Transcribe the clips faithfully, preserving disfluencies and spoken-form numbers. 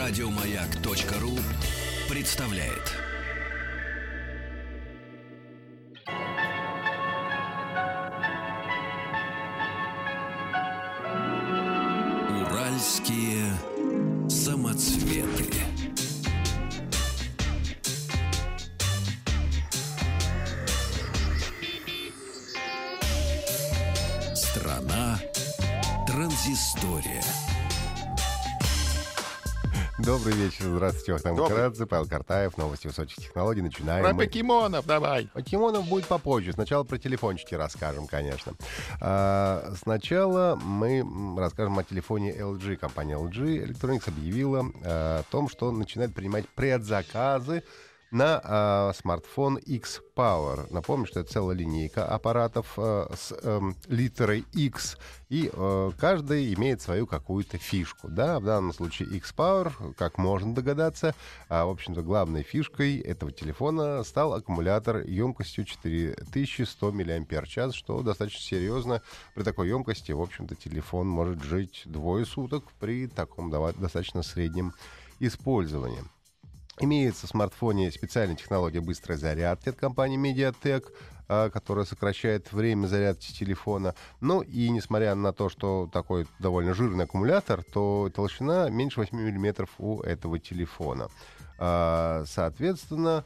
Радиомаяк.ру представляет. Уральские самоцветы. Страна транзистория. Добрый вечер, здравствуйте, Вахтанг Махарадзе, Павел Картаев, новости высоких технологий, начинаем. Про мы. покемонов давай. Покемонов будет попозже, сначала про телефончики расскажем, конечно. А, сначала мы расскажем о телефоне эл джи. Компания эл джи Electronics объявила а, о том, что начинает принимать предзаказы на э, смартфон X-Power. Напомню, что это целая линейка аппаратов э, с э, литерой X, и э, каждый имеет свою какую-то фишку. Да? В данном случае X-Power, как можно догадаться, а, в общем-то, главной фишкой этого телефона стал аккумулятор емкостью четыре тысячи сто миллиампер-час, что достаточно серьезно. При такой емкости, в общем-то, телефон может жить двое суток при таком достаточно среднем использовании. Имеется в смартфоне специальная технология быстрой зарядки от компании Mediatek, которая сокращает время зарядки телефона. Ну и несмотря на то, что такой довольно жирный аккумулятор, то толщина меньше восьми миллиметров у этого телефона. Соответственно,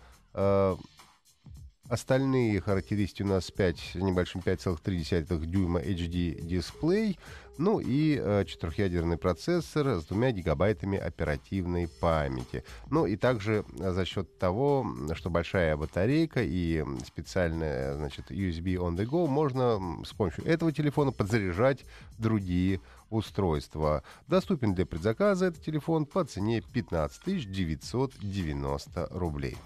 остальные характеристики у нас пять с небольшим пять целых три десятых дюйма эйч ди дисплей, ну и э, четырехъядерный процессор с двумя гигабайтами оперативной памяти. Ну и также за счет того, что большая батарейка и специальная, значит, ю эс би on the go, можно с помощью этого телефона подзаряжать другие устройства. Доступен для предзаказа этот телефон по цене пятнадцать тысяч девятьсот девяносто рублей.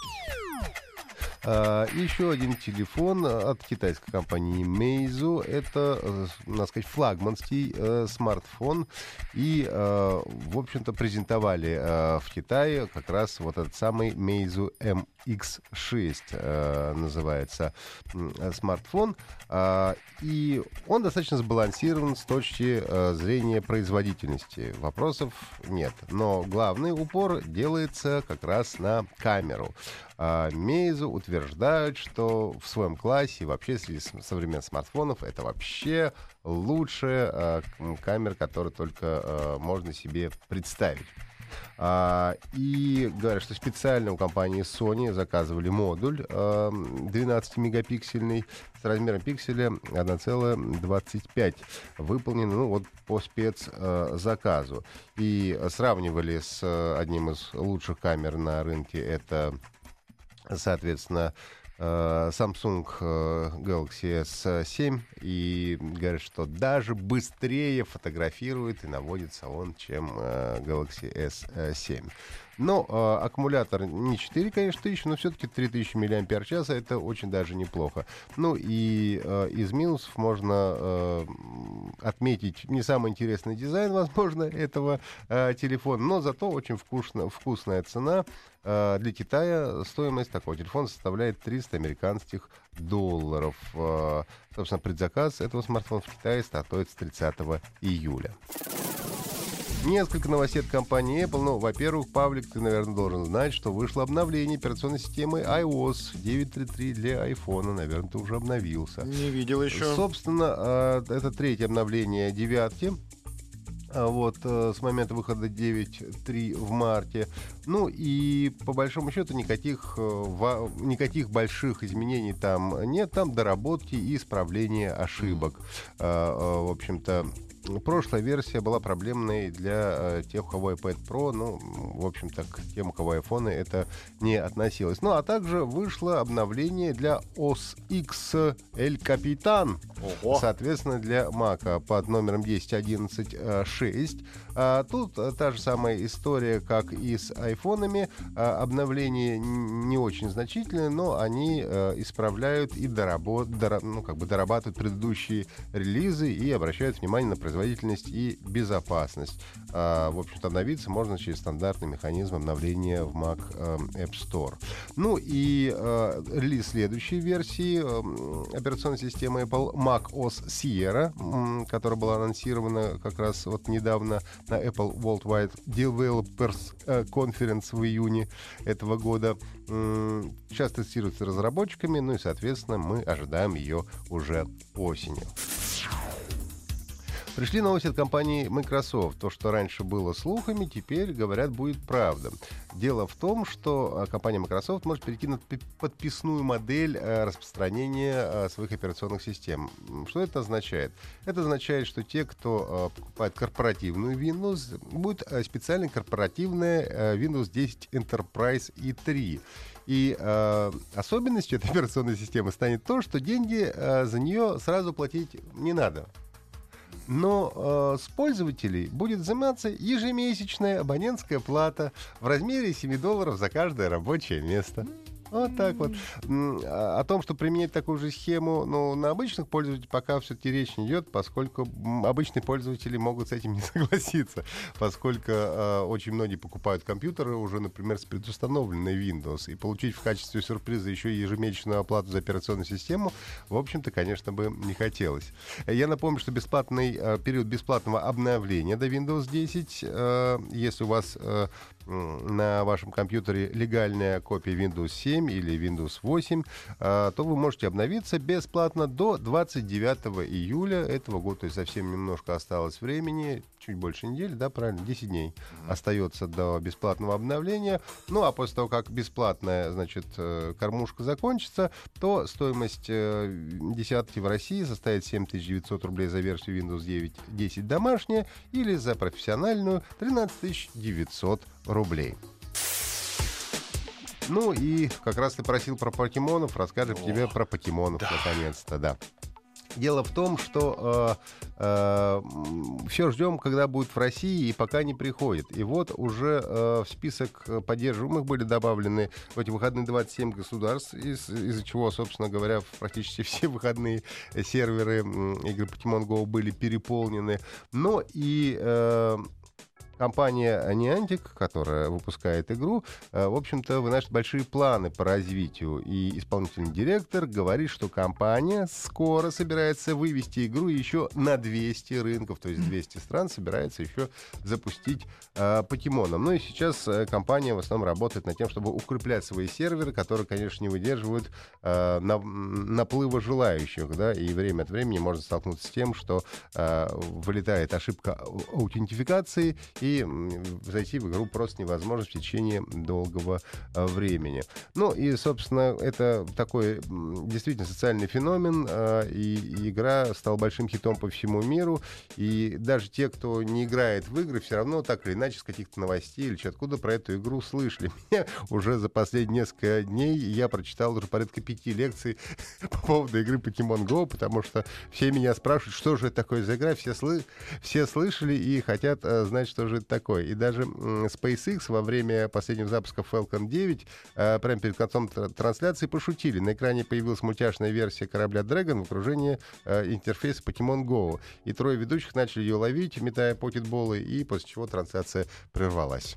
Uh, еще один телефон от китайской компании Meizu. Это, надо сказать, флагманский uh, смартфон. И, uh, в общем-то, презентовали uh, в Китае как раз вот этот самый Meizu эм икс шесть uh, называется uh, смартфон. Uh, и он достаточно сбалансирован с точки uh, зрения производительности. Вопросов нет. Но главный упор делается как раз на камеру. Uh, Meizu утверждают, что в своем классе, вообще среди современных смартфонов, это вообще лучшая uh, камера, которую только uh, можно себе представить. Uh, и говорят, что специально у компании Sony заказывали модуль uh, двенадцатимегапиксельный с размером пикселя одна целая двадцать пять, выполнен, ну, вот по спецзаказу. И сравнивали с uh, одним из лучших камер на рынке, это, соответственно, Samsung Galaxy эс семь, и говорят, что даже быстрее фотографирует и наводится он, чем Galaxy эс семь. Но э, аккумулятор не четыре, конечно, тысячи, но все-таки три тысячи миллиампер-час, это очень даже неплохо. Ну и э, из минусов можно э, отметить не самый интересный дизайн, возможно, этого э, телефона, но зато очень вкусно, вкусная цена. Э, для Китая стоимость такого телефона составляет триста американских долларов. Э, собственно, предзаказ этого смартфона в Китае стартует с тридцатого июля. Несколько новостей от компании Apple. Ну, во-первых, Павлик, ты, наверное, должен знать, что вышло обновление операционной системы iOS девять точка три для айфона. Наверное, ты уже обновился. Не видел еще. Собственно, это третье обновление девятки. Вот, с момента выхода девять точка три в марте. Ну и по большому счету никаких, никаких больших изменений там нет. Там доработки и исправление ошибок. В общем-то, прошлая версия была проблемной для э, тех, у кого iPad Pro, ну, в общем-то, к тем, у кого айфоны, это не относилось. Ну, а также вышло обновление для о эс икс El Capitan, Ого. Соответственно, для Mac под номером десять точка одиннадцать точка шесть. А тут та же самая история, как и с айфонами. А, обновления не очень значительные, но они а, исправляют и доработ, дора, ну, как бы дорабатывают предыдущие релизы и обращают внимание на производительность и безопасность. А, в общем-то, обновиться можно через стандартный механизм обновления в Mac а, App Store. Ну и а, релиз следующей версии а, операционной системы Apple, macOS Sierra, м, которая была анонсирована как раз вот вот недавно на Apple Worldwide Developers Conference в июне этого года. Сейчас тестируется разработчиками, ну и, соответственно, мы ожидаем ее уже осенью. Пришли новости от компании Microsoft. То, что раньше было слухами, теперь, говорят, будет правда. Дело в том, что компания Microsoft может перейти на подписную модель распространения своих операционных систем. Что это означает? Это означает, что те, кто покупает корпоративную Windows, будет специальная корпоративная Windows десять Enterprise и три. И э, особенностью этой операционной системы станет то, что деньги э, за нее сразу платить не надо. Но э, с пользователей будет взиматься ежемесячная абонентская плата в размере семь долларов за каждое рабочее место. Вот так вот. О том, что применять такую же схему, ну, на обычных пользователей пока все-таки речь не идет, поскольку обычные пользователи могут с этим не согласиться, поскольку э, очень многие покупают компьютеры уже, например, с предустановленной Windows, и получить в качестве сюрприза еще ежемесячную оплату за операционную систему, в общем-то, конечно бы не хотелось. Я напомню, что бесплатный э, период бесплатного обновления до Windows десять, э, если у вас э, на вашем компьютере легальная копия Windows семь или Windows восемь, то вы можете обновиться бесплатно до двадцать девятого июля этого года. То есть совсем немножко осталось времени, чуть больше недели, да, правильно, десять дней mm-hmm. остается до бесплатного обновления. Ну, а после того, как бесплатная, значит, кормушка закончится, то стоимость десятки в России составит семь тысяч девятьсот рублей за версию Windows девять десять домашняя или за профессиональную тринадцать тысяч девятьсот рублей. Ну и как раз ты просил про покемонов, расскажем О, тебе про покемонов, да. наконец-то, да. Дело в том, что э, э, все ждем, когда будет в России, и пока не приходит. И вот уже э, в список поддерживаемых были добавлены в эти выходные двадцать семь государств, из- из-за чего, собственно говоря, практически все выходные серверы э, игры Pokemon Go были переполнены. Но и... Э, Компания Niantic, которая выпускает игру, в общем-то, вынашивает большие планы по развитию. И исполнительный директор говорит, что компания скоро собирается вывести игру еще на двести рынков, то есть двести стран собирается еще запустить э, покемоном. Ну и сейчас э, компания в основном работает над тем, чтобы укреплять свои серверы, которые, конечно, не выдерживают э, на, наплыва желающих, да, и время от времени можно столкнуться с тем, что э, вылетает ошибка аутентификации, и и зайти в игру просто невозможно в течение долгого а, времени. Ну и, собственно, это такой действительно социальный феномен, а, и, и игра стала большим хитом по всему миру, и даже те, кто не играет в игры, все равно так или иначе с каких-то новостей или откуда про эту игру слышали. Меня уже за последние несколько дней я прочитал уже порядка пяти лекций по поводу игры Pokemon Go, потому что все меня спрашивают, что же это такое за игра, все, сл- все слышали и хотят а, знать, что же это такое. И даже м, SpaceX во время последнего запуска Falcon девять а, прямо перед концом тр- трансляции пошутили. На экране появилась мультяшная версия корабля Dragon в окружении а, интерфейса Pokemon Go. И трое ведущих начали ее ловить, метая покетболы, и после чего трансляция прервалась.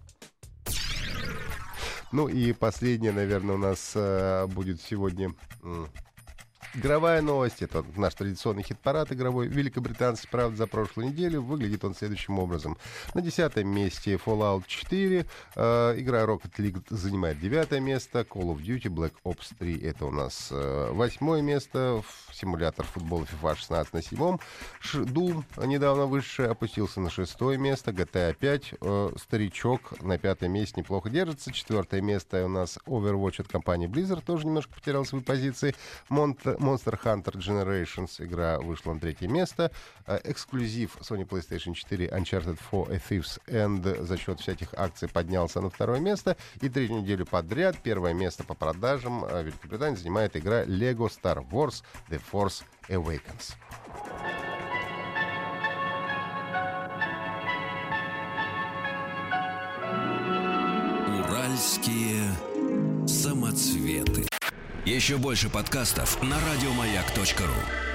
Ну и последнее, наверное, у нас а, будет сегодня... М- Игровая новость. Это наш традиционный хит-парад игровой. Великобританский, правда, за прошлую неделю. Выглядит он следующим образом. На десятом месте Fallout четыре. Э, игра Rocket League занимает девятое место. Call of Duty Black Ops три. Это у нас э, восьмое место. Симулятор футбола FIFA шестнадцать на седьмом. Doom, недавно вышедший, опустился на шестое место. джи ти эй пять. Э, Старичок на пятом месте неплохо держится. Четвертое место у нас Overwatch от компании Blizzard. Тоже немножко потерял свои позиции. Монт Monster Hunter Generations игра вышла на третье место. Эксклюзив Sony PlayStation четыре Uncharted four A Thief's End за счет всяких акций поднялся на второе место. И третью неделю подряд первое место по продажам в Великобритании занимает игра Lego Star Wars The Force Awakens. Уральские самоцветы. Еще больше подкастов на радиомаяк точка ру.